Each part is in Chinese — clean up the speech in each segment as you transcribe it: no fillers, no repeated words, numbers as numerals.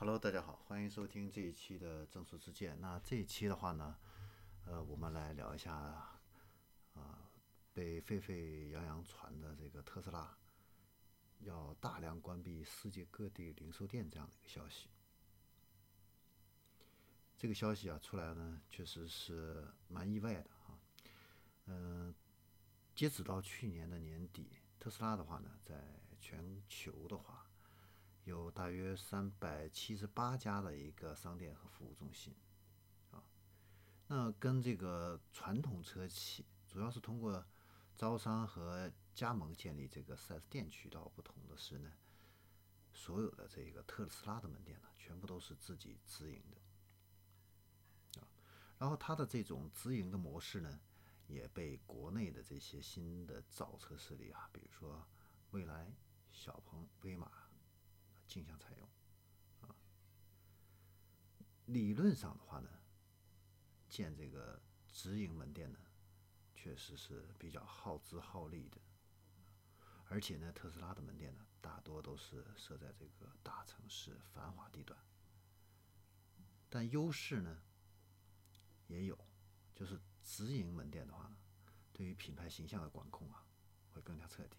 Hello，大家好，欢迎收听这一期的正说之见。那这一期的话呢，我们来聊一下被沸沸扬扬传的这个特斯拉要大量关闭世界各地零售店这样的一个消息。这个消息出来呢，确实是蛮意外的啊。截止到去年的年底，特斯拉的话呢，在全球的话，有大约378家的一个商店和服务中心。那跟这个传统车企主要是通过招商和加盟建立这个 4S 店渠道不同的是呢，所有的这个特斯拉的门店呢，全部都是自己直营的。然后它的这种直营的模式呢，也被国内的这些新的造车势力比如说蔚来、小鹏、威马竞相采用。理论上的话呢，建这个直营门店呢，确实是比较耗资耗力的。而且呢，特斯拉的门店呢，大多都是设在这个大城市繁华地段。但优势呢也有，就是直营门店的话呢，对于品牌形象的管控会更加彻底。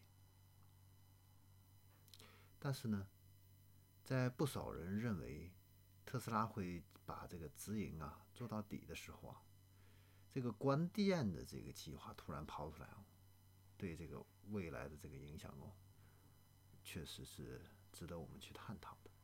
但是呢，在不少人认为特斯拉会把这个直营做到底的时候这个关店的这个计划突然抛出来对这个未来的这个影响确实是值得我们去探讨的。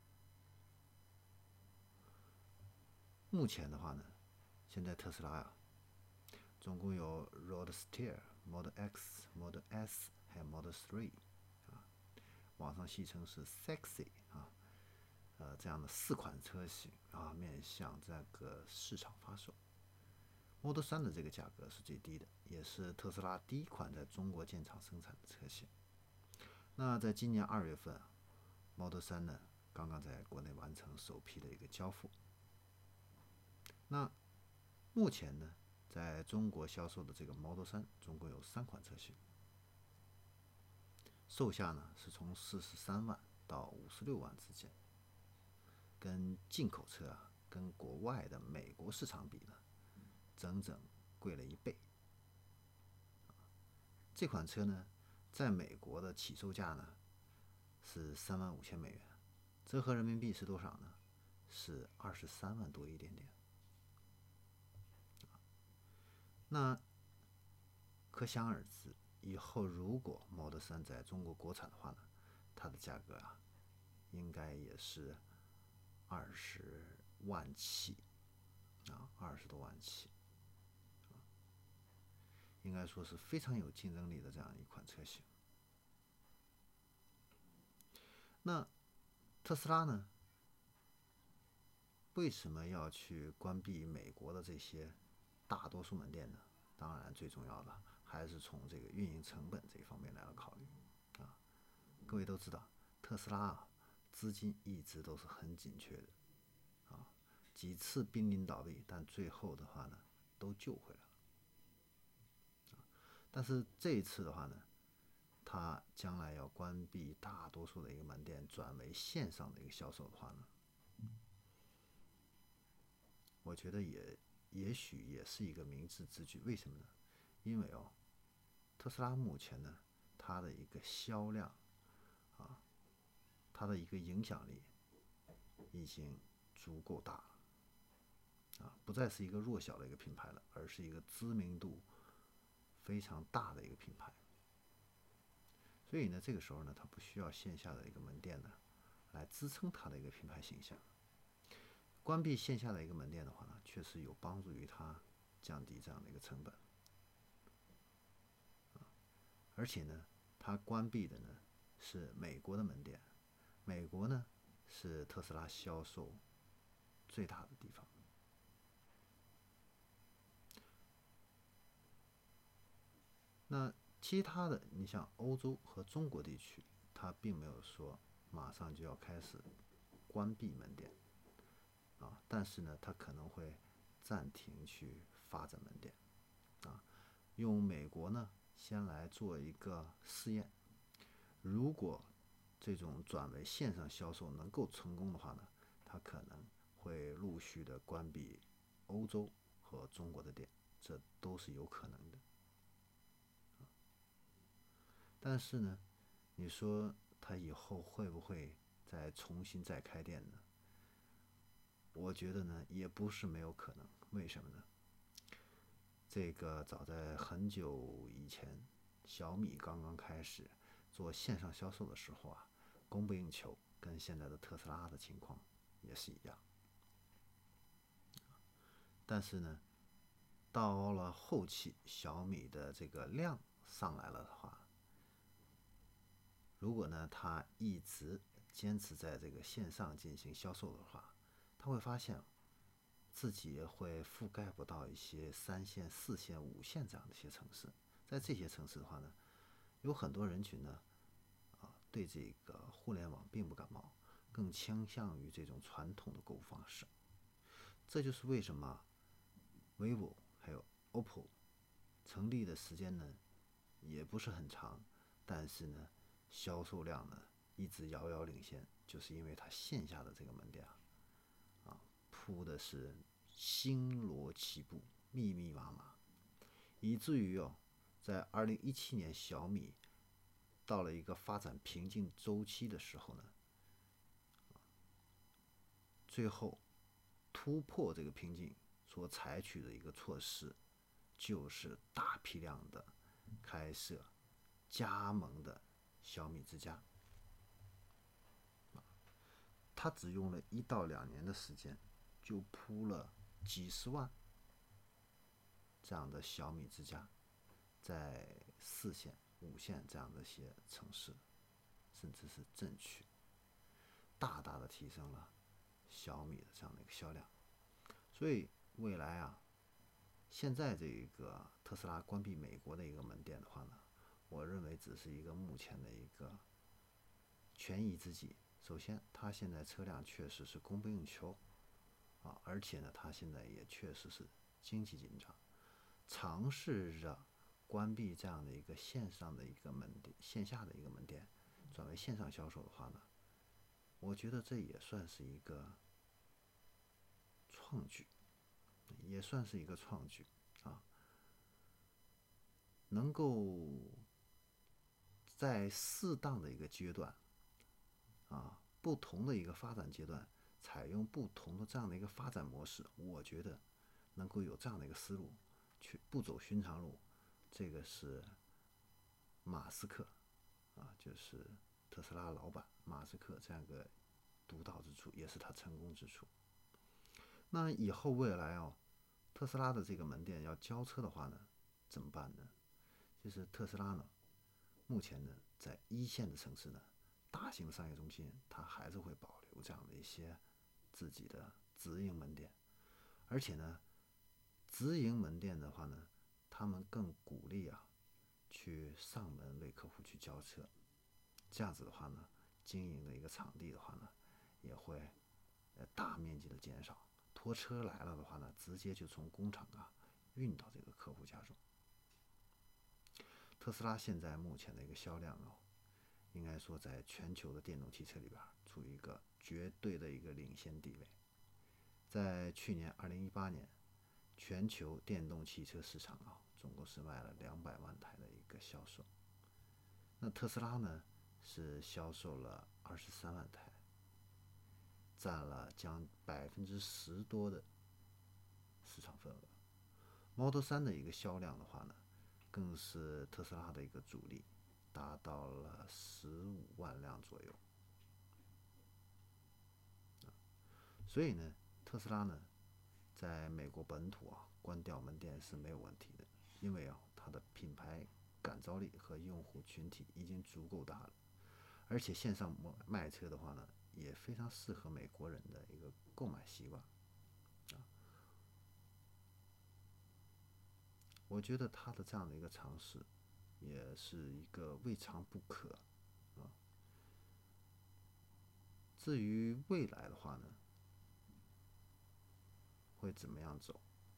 目前的话呢，现在特斯拉总共有 Roadster、Model X、Model S 还有 Model 3网上戏称是 Sexy 这样的4款车型面向这个市场发售。Model 3的这个价格是最低的，也是特斯拉第一款在中国建厂生产的车型。那在今年2月份，Model 3呢刚刚在国内完成首批的一个交付。那目前呢，在中国销售的这个 Model 3总共有3款车型，售价呢是从43万到56万之间，跟进口车跟国外的美国市场比呢，整整贵了1倍。这款车呢，在美国的起售价呢是35000美元，折合人民币是多少呢？是23万多一点点。那可想而知，以后如果 Model 3在中国国产的话呢，它的价格应该也是20万起，20多万起，应该说是非常有竞争力的这样一款车型。那特斯拉呢，为什么要去关闭美国的这些大多数门店呢？当然，最重要的还是从这个运营成本这一方面来考虑各位都知道，特斯拉资金一直都是很紧缺的几次濒临倒闭，但最后的话呢，都救回来了。但是这一次的话呢，它将来要关闭大多数的一个门店，转为线上的一个销售的话呢，我觉得也许也是一个明智之举。为什么呢？因为特斯拉目前呢，它的一个销量它的一个影响力已经足够大了不再是一个弱小的一个品牌了，而是一个知名度非常大的一个品牌。所以呢，这个时候呢，它不需要线下的一个门店呢来支撑它的一个品牌形象。关闭线下的一个门店的话呢，确实有帮助于它降低这样的一个成本。而且呢，它关闭的呢是美国的门店，美国呢是特斯拉销售最大的地方。那其他的，你像欧洲和中国地区，它并没有说马上就要开始关闭门店但是呢，它可能会暂停去发展门店用美国呢先来做一个试验。如果这种转为线上销售能够成功的话呢， 它可能会陆续的关闭欧洲和中国的店，这都是有可能的。但是呢，你说它以后会不会重新再开店呢？我觉得呢，也不是没有可能。为什么呢？这个早在很久以前，小米刚刚开始做线上销售的时候啊，供不应求，跟现在的特斯拉的情况也是一样。但是呢，到了后期，小米的这个量上来了的话，如果呢它一直坚持在这个线上进行销售的话，他会发现自己会覆盖不到一些3线、4线、5线这样的一些城市。在这些城市的话呢，有很多人群呢，对这个互联网并不感冒，更倾向于这种传统的购物方式。这就是为什么 vivo 还有 OPPO 成立的时间呢也不是很长，但是呢销售量呢一直遥遥领先，就是因为它线下的这个门店铺的是星罗棋布，密密麻麻，以至于在2017年小米到了一个发展瓶颈周期的时候呢，最后突破这个瓶颈所采取的一个措施，就是大批量的开设加盟的小米之家。他只用了1到2年的时间，就铺了几十万这样的小米之家，在4线、5线这样的一些城市，甚至是镇区，大大的提升了小米的这样的一个销量。所以未来现在这个特斯拉关闭美国的一个门店的话呢，我认为只是一个目前的一个权宜之计。首先，它现在车辆确实是供不应求而且呢，它现在也确实是经济紧张，尝试着关闭这样的一个线上的一个门店，线下的一个门店，转为线上销售的话呢，我觉得这也算是一个创举，能够在适当的一个阶段不同的一个发展阶段，采用不同的这样的一个发展模式，我觉得能够有这样的一个思路，去不走寻常路，这个是马斯克就是特斯拉老板马斯克这样一个独到之处，也是他成功之处。那以后未来特斯拉的这个门店要交车的话呢，怎么办呢？其实特斯拉呢，目前呢，在1线的城市呢，大型的商业中心，它还是会保留这样的一些自己的直营门店，而且呢，直营门店的话呢，他们更鼓励去上门为客户去交车，这样子的话呢，经营的一个场地的话呢，也会大面积的减少。拖车来了的话呢，直接就从工厂运到这个客户家中。特斯拉现在目前的一个销量应该说在全球的电动汽车里边处于一个绝对的一个领先地位。在去年2018年，全球电动汽车市场总共是卖了200万台的一个销售。那特斯拉呢是销售了23万台，占了将10%多的市场份额。Model 3的一个销量的话呢，更是特斯拉的一个主力，达到了15万辆左右。所以呢，特斯拉呢，在美国本土关掉门店是没有问题的，因为它的品牌感召力和用户群体已经足够大了，而且线上卖车的话呢，也非常适合美国人的一个购买习惯。我觉得他的这样的一个尝试，也是一个未尝不可至于未来的话呢，会怎么样走？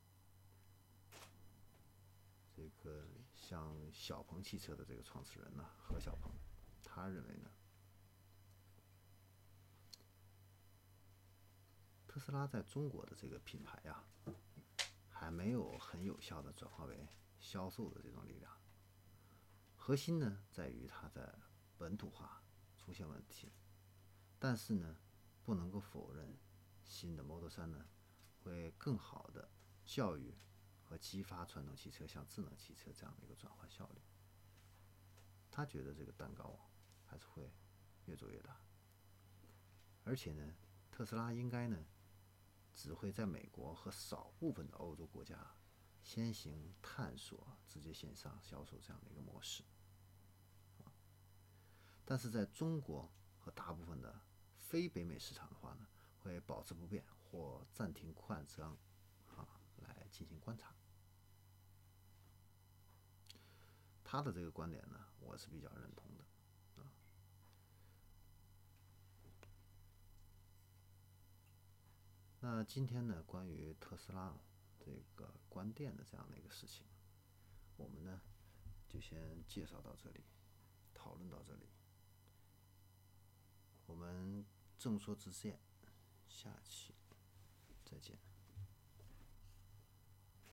这个像小鹏汽车的这个创始人何小鹏，他认为呢， 特斯拉在中国的这个品牌呀，还没有很有效的转化为销售的这种力量。核心呢在于它在本土化出现问题，但是呢，不能够否认新的 Model 3呢会更好的教育和激发传统汽车向智能汽车这样的一个转换效率。他觉得这个蛋糕还是会越做越大，而且呢，特斯拉应该呢只会在美国和少部分的欧洲国家先行探索直接线上销售这样的一个模式，但是在中国和大部分的非北美市场的话呢，会保持不变或暂停扩张来进行观察。他的这个观点呢，我是比较认同的。那今天呢，关于特斯拉这个关店的这样的一个事情，我们呢就先介绍到这里，讨论到这里。我们正说直线，下期再见。